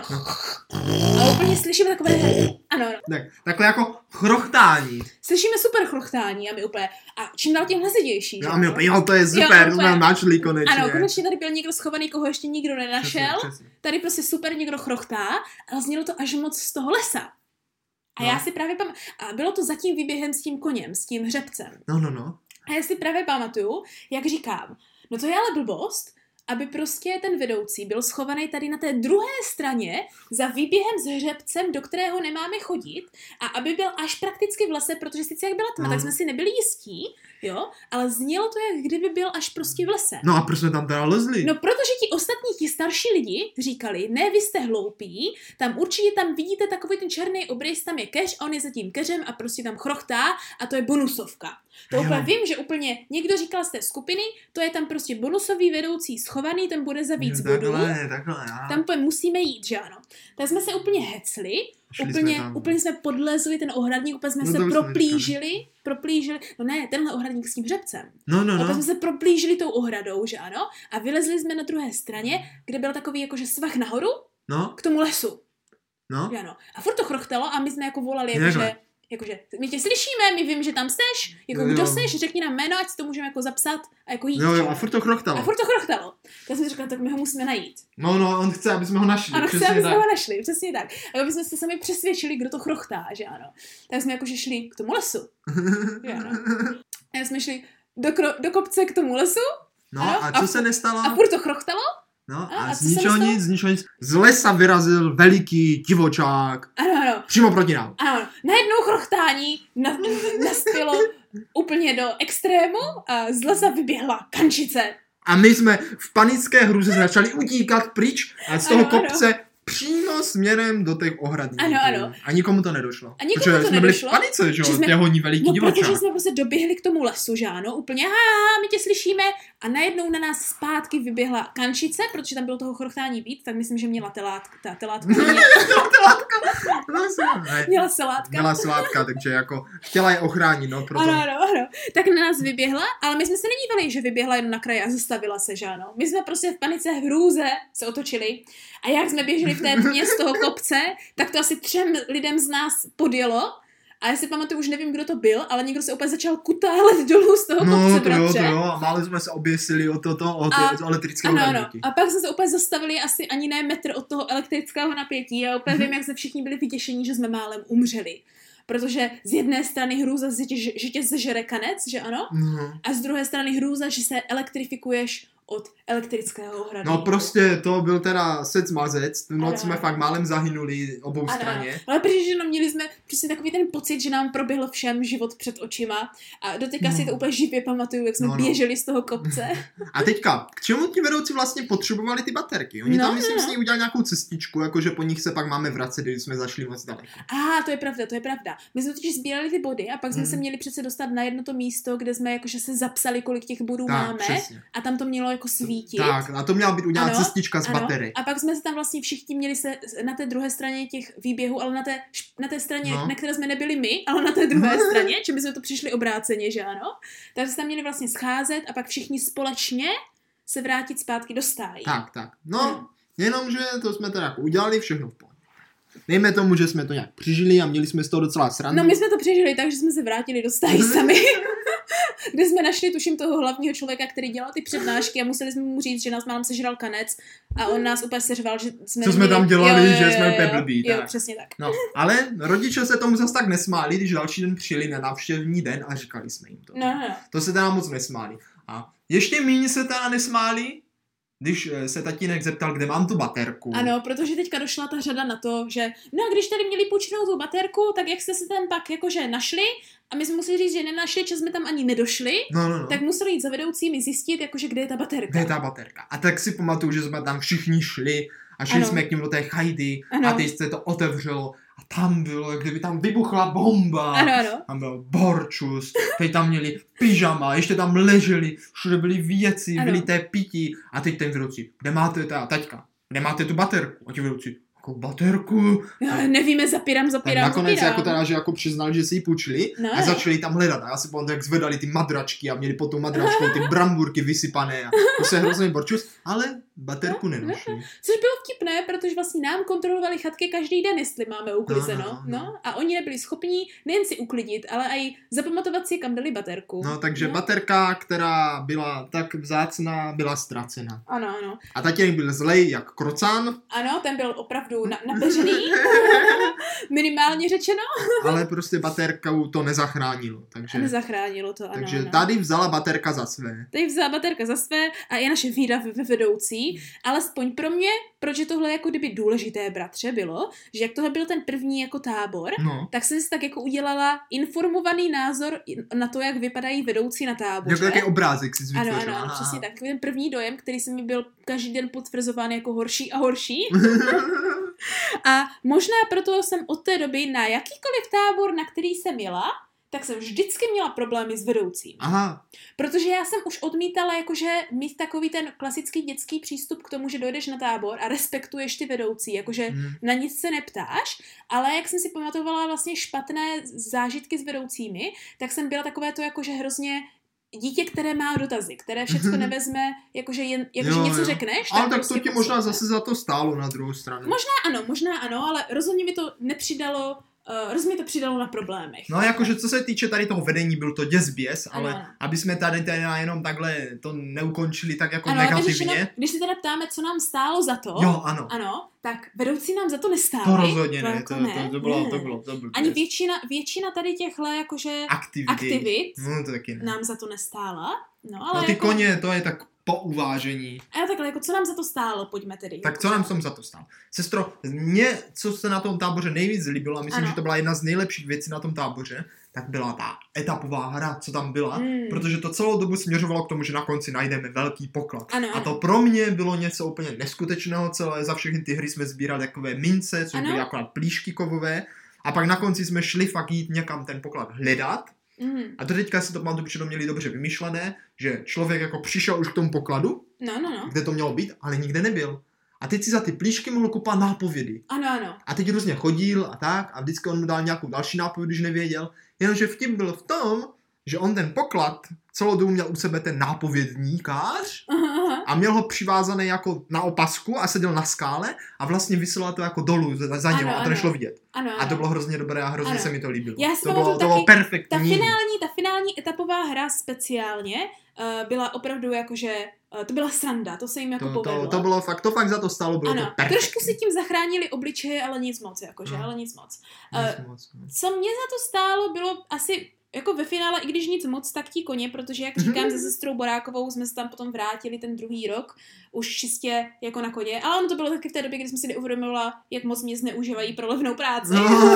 A úplně slyšíme takové, ano. Takhle jako chrochtání. Slyšíme super chrochtání a my úplně, a čím dál tím hlasitější. No a my úplně, to je super, to jsme našli konečně. Ano, konečně tady byl někdo schovaný, koho ještě nikdo nenašel. Přesně. Tady prostě super někdo chrochtá, ale znělo to až moc z toho lesa. A já si právě a bylo to za tím výběhem s tím koněm, s tím hřebcem. No. A já si právě pamatuju, jak říkám, no to je ale blbost, aby prostě ten vedoucí byl schovaný tady na té druhé straně za výběhem s hřebcem, do kterého nemáme chodit a aby byl až prakticky v lese, protože sice jak byla tma, tak jsme si nebyli jistí, jo, ale znělo to, jak kdyby byl až prostě v lese. No a proč jsme tam teda lezli? No protože ti starší lidi říkali, ne, vy jste hloupí, tam určitě vidíte takový ten černý obrys, tam je keř, on je za tím keřem a prostě tam chrochtá a to je bonusovka. To úplně vím, že úplně někdo říkal z té skupiny, to je tam prostě bonusový vedoucí schovaný, ten bude za víc bodů. Takhle. Tam úplně musíme jít, že ano. Tak jsme se úplně hecli, úplně jsme podlezli ten ohradník, úplně jsme se proplížili, no ne, tenhle ohradník s tím hřebcem. No. Úplně jsme se proplížili tou ohradou, že ano, a vylezli jsme na druhé straně, kde byl takový jakože svah nahoru, k tomu lesu. No. Že ano. A furt to chrochtalo a my jsme jako volali, jakože, my tě slyšíme, my vím, že tam jsteš, jako kdo seš, řekni nám jméno, ať si to můžeme jako zapsat a jako jít. Jo, a furt to chrochtalo. Tak jsem řekla, tak my ho musíme najít. No, on chce, aby jsme ho našli. Ano, chce, aby jsme ho našli, přesně tak. A aby jsme se sami přesvědčili, kdo to chrochtá, že ano. Tak jsme jakože šli k tomu lesu. Že ano. A jsme šli do kopce k tomu lesu. No, ano, a co se nestalo? A furt to chrochtalo. No a z ničeho nic. Z lesa vyrazil veliký divočák. Ano. Přímo proti nám. Ano. Najednou chrochtání naspělo úplně do extrému a z lesa vyběhla kančice. A my jsme v panické hruze začali utíkat pryč a z toho kopce přímo směrem do těch ohradníků. Ano. A nikomu to nedošlo. Protože jsme byli v panice, že jo, tě honí veliký divočák. Protože jsme prostě doběhli k tomu lesu, že ano, úplně, my tě slyšíme a najednou na nás zpátky vyběhla kančice, protože tam bylo toho chrochtání víc, tak myslím, že měla telátka. Měla selátka, takže jako chtěla je ochránit, no, proto. Ano. Tak na nás vyběhla, ale my jsme se nedívali, že vyběhla jenom na kraji a zastavila se, že ano. My jsme prostě v panice hrůze se otočili a jak jsme běželi v té tmě z toho kopce, tak to asi 3 lidem z nás podjelo. A já si pamatuju, už nevím, kdo to byl, ale někdo se opět začal kutálet dolů z toho kopce, bratře. No, a málo jsme se oběsili od elektrického ohradníky. A pak jsme se opět zastavili asi ani ne metr od toho elektrického napětí a opět vím, jak se všichni byli vyděšení, že jsme málem umřeli. Protože z jedné strany hrůza, že tě zežere kanec, že ano? A z druhé strany hrůza, že se elektrifikuješ od elektrického ohradníku. No prostě to byl teda sec mazec, tu noc jsme fakt málem zahynuli obou straně. Ale protože měli jsme přesně takový ten pocit, že nám proběhl všem život před očima a doteďka si to úplně živě pamatuju, jak jsme běželi z toho kopce. A teďka, k čemu ti vedoucí vlastně potřebovali ty baterky? Oni tam myslím s ní udělali nějakou cestičku, jakože po nich se pak máme vracet, když jsme zašli moc daleko. To je pravda. My jsme totiž sbírali ty body a pak jsme se měli přece dostat na jedno to místo, kde jsme jakože se zapsali, kolik těch bodů máme a tam to mělo jako svítit. Tak, a to měla být udělat cestička z baterii. A pak jsme se tam vlastně všichni měli se na té druhé straně těch výběhů, ale na té straně, na které jsme nebyli my, ale na té druhé straně, že my jsme to přišli obráceně, že ano. Takže jsme tam měli vlastně scházet a pak všichni společně se vrátit zpátky do stáje. Tak. No, jenomže to jsme teda jako udělali všechno v pohodě. Dejme tomu, že jsme to nějak přežili a měli jsme z toho docela srandu. No my jsme to přežili, takže jsme se vrátili do stáje sami. Kde jsme našli, tuším, toho hlavního člověka, který dělal ty přednášky a museli jsme mu říct, že nás málem sežral kanec a on nás úplně seřval, že jsme... Co jsme tam dělali, že jsme úplně blbí. Jo, přesně tak. No, ale rodiče se tomu zase tak nesmáli, když další den přijeli na návštěvní den a říkali jsme jim to. No. To se teda moc nesmáli. A ještě méně se teda nesmáli, když se tatínek zeptal, kde mám tu baterku. Ano, protože teďka došla ta řada na to, že no a když tady měli půjčenou tu baterku, tak jak jste se tam pak jakože našli a my jsme museli říct, že nenašli, že jsme tam ani nedošli, tak museli jít za vedoucími zjistit, jakože kde je ta baterka. Kde je ta baterka. A tak si pamatuju, že jsme tam všichni šli a šli jsme k ním do té chajdy a teď se to otevřelo a tam bylo, jak kdyby tam vybuchla bomba. Ano. Tam byl borčus, teď tam měli pyžama, ještě tam leželi, všude byly věci, vylité pití a teď ten vedoucí, kde máte taťka, kde máte tu baterku? A ti vedoucí, jako baterku? Nevíme, zapírám. Nakonec jako teda, že jako přiznali, že si ji půjčili a začali tam hledat. A já si pamatuju, jak zvedali ty madračky a měli pod tou madračkou ty bramburky vysypané a to se hrozný borčus, ale baterku nenašli. Což bylo vtipné, protože vlastně nám kontrolovali chatky každý den, jestli máme uklizeno. No. A oni nebyli schopni nejen si uklidit, ale i zapamatovat si, kam dali baterku. No, takže baterka, která byla tak vzácná, byla ztracena. Ano. A tatínek byl zlej jak krocán. Ano, ten byl opravdu napeřený. Minimálně řečeno. Ale prostě baterkou to nezachránilo. Takže, nezachránilo to, ano. Takže tady vzala baterka za své. Tady vzala baterka za své a je naše víra ve vedoucí. Alespoň pro mě, proč je tohle jako kdyby důležité, bratře, bylo, že jak tohle byl ten první jako tábor, tak jsem si tak jako udělala informovaný názor na to, jak vypadají vedoucí na táboře. Jako takový obrázek si vytvořila. Ano, přesně tak. Ten první dojem, který se mi byl každý den potvrzován jako horší a horší. A možná proto jsem od té doby na jakýkoliv tábor, na který jsem jela, tak jsem vždycky měla problémy s vedoucím. Aha. Protože já jsem už odmítala jakože mít takový ten klasický dětský přístup k tomu, že dojdeš na tábor a respektuješ ty vedoucí, jakože na nic se neptáš, ale jak jsem si pamatovala vlastně špatné zážitky s vedoucími, tak jsem byla takové to jakože hrozně dítě, které má dotazy, které všecko nevezme, jakože něco řekneš. Ale tak prostě to ti možná zase za to stálo na druhou stranu. Možná ano, ale rozhodně mi to nepřidalo, rozhodně to přidalo na problémech. No jakože co se týče tady toho vedení, byl to děsběs, ale aby jsme tady teda jenom takhle to neukončili tak jako negativně. Když se teda ptáme, co nám stálo za to, jo, ano, tak vedoucí nám za to nestáli. To rozhodně ne, to bylo. Ani většina tady těchhle jakože aktivit to taky ne. nám za to nestála. No, ale ty jako koně, to je tak po uvážení. A takhle, jako co nám za to stálo, pojďme tedy. Tak co nám za to stálo? Sestro, mně, co se na tom táboře nejvíc líbilo, a myslím, že to byla jedna z nejlepších věcí na tom táboře, tak byla ta etapová hra, co tam byla, protože to celou dobu směřovalo k tomu, že na konci najdeme velký poklad. A to pro mě bylo něco úplně neskutečného, celé za všechny ty hry jsme sbírali takové mince, což byly akorát plíšky kovové, a pak na konci jsme šli fakt jít někam ten poklad hledat. A to teďka si to pamatuju, že to měli dobře vymyšlené, že člověk jako přišel už k tomu pokladu, kde to mělo být, ale nikde nebyl. A teď si za ty plíšky mohl kupovat nápovědy. Ano. A teď různě chodil a tak a vždycky on mu dal nějakou další nápovědu, když nevěděl. Jenomže vtip byl v tom, že on ten poklad celou dobu měl u sebe ten nápovědníkář a měl ho přivázaný jako na opasku a seděl na skále a vlastně vysílal to jako dolů za něho a to nešlo vidět. A to bylo hrozně dobré a hrozně se mi to líbilo. To bylo perfektní. Ta finální etapová hra speciálně byla opravdu jakože, to byla sranda, to se jim jako povedlo. To bylo fakt, to fakt za to stálo, bylo to perfektní. Trošku si tím zachránili obličeje, ale nic moc, jakože, ale nic moc. Co mě za to stálo, bylo asi jako ve finále, i když nic moc, tak ti koně, protože jak říkám, se sestrou Borákovou jsme se tam potom vrátili ten druhý rok, už čistě jako na koně, ale ono to bylo taky v té době, kdy jsem si neuvědomila, jak moc mě zneužívají pro levnou práci.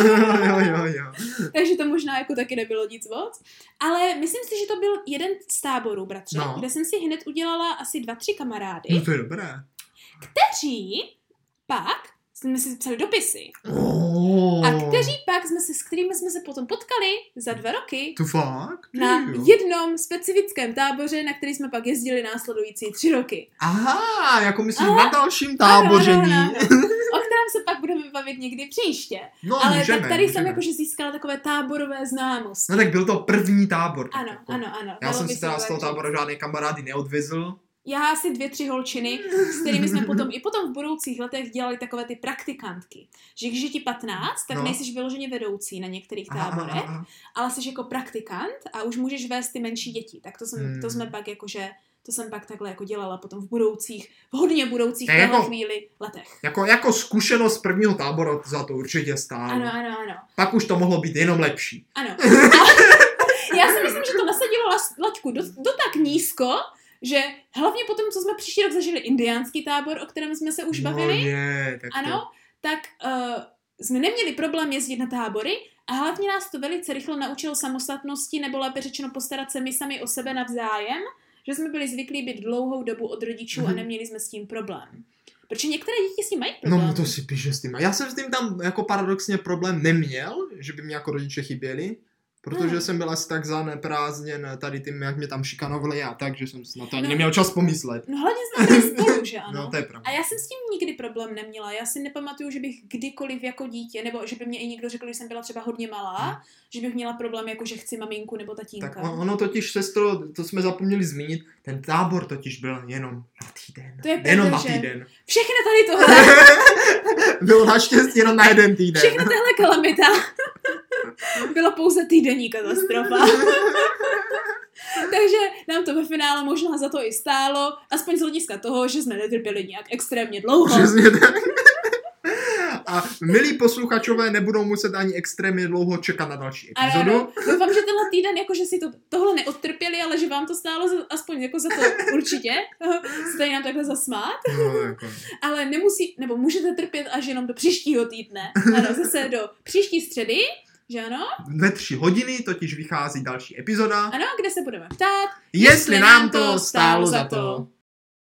Jo. Takže to možná jako taky nebylo nic moc. Ale myslím si, že to byl jeden z táborů, bratře, kde jsem si hned udělala asi 2-3 kamarády. No to je dobré. Kteří pak jsme si psali dopisy. A s kterými jsme se potom potkali za 2 roky to fakt? Na jednom specifickém táboře, na který jsme pak jezdili následující 3 roky. Aha, jako myslím na dalším táboření. Ano. O kterém se pak budeme bavit někdy příště. No, ale můžeme, tak tady jsem jakože získala takové táborové známosti. No tak byl to první tábor. Ano. Já jsem si teda z toho tábora žádné kamarády neodvezl. Já asi 2-3 holčiny, s kterými jsme potom v budoucích letech dělali takové ty praktikantky. Že když je ti 15, tak nejsiš vyloženě vedoucí na některých táborech, ale jsi jako praktikant a už můžeš vést ty menší děti. Tak to jsme pak jakože, to jsem pak takhle jako dělala potom v hodně budoucích jako, chvíli letech. Jako zkušenost prvního tábora za to určitě stálo. Ano. Pak už to mohlo být jenom lepší. Ano. Já si myslím, že to nasadilo laťku do tak nízko, že hlavně potom, co jsme příští rok zažili indiánský tábor, o kterém jsme se už bavili, tak jsme neměli problém jezdit na tábory a hlavně nás to velice rychle naučilo samostatnosti, nebo lépe řečeno postarat se my sami o sebe navzájem, že jsme byli zvyklí být dlouhou dobu od rodičů a neměli jsme s tím problém. Protože některé děti s tím mají problém. No to si píše s tím. Já jsem s tím tam jako paradoxně problém neměl, že by mě jako rodiče chyběli. Protože jsem byl asi tak zaneprázdněn tady tím, jak mě tam šikanovali a tak, že jsem na to ani neměl čas pomyslet. No hlavně jsme byli spolu, že ano? No to je pravda. A já jsem s tím nikdy problém neměla. Já si nepamatuju, že bych kdykoliv jako dítě, nebo že by mě i někdo řekl, že jsem byla třeba hodně malá, že bych měla problém, jako že chci maminku nebo tatínka. Tak ono totiž, sestro, to jsme zapomněli zmínit, ten tábor totiž byl jenom na týden. To je jenom na týden. Všechno tady tohle. Bylo naštěstí jenom na 1 týden. Všechno tahle kalamita byla pouze týdenní katastrofa. Takže nám to ve finále možná za to i stálo, aspoň z hlediska toho, že jsme netrpěli nějak extrémně dlouho. Přesně tak. A milí posluchačové nebudou muset ani extrémně dlouho čekat na další epizodu. Ano. Doufám, že tenhle týden jakože si tohle neodtrpěli, ale že vám to stálo aspoň jako za to určitě. Se tady nám takhle zasmát. No, jako. Ale nebo můžete trpět až jenom do příštího týdne. Ano, zase do příští středy. Že ano? Ve 3 hodiny totiž vychází další epizoda. Ano, kde se budeme ptát, jestli nám to stálo za to.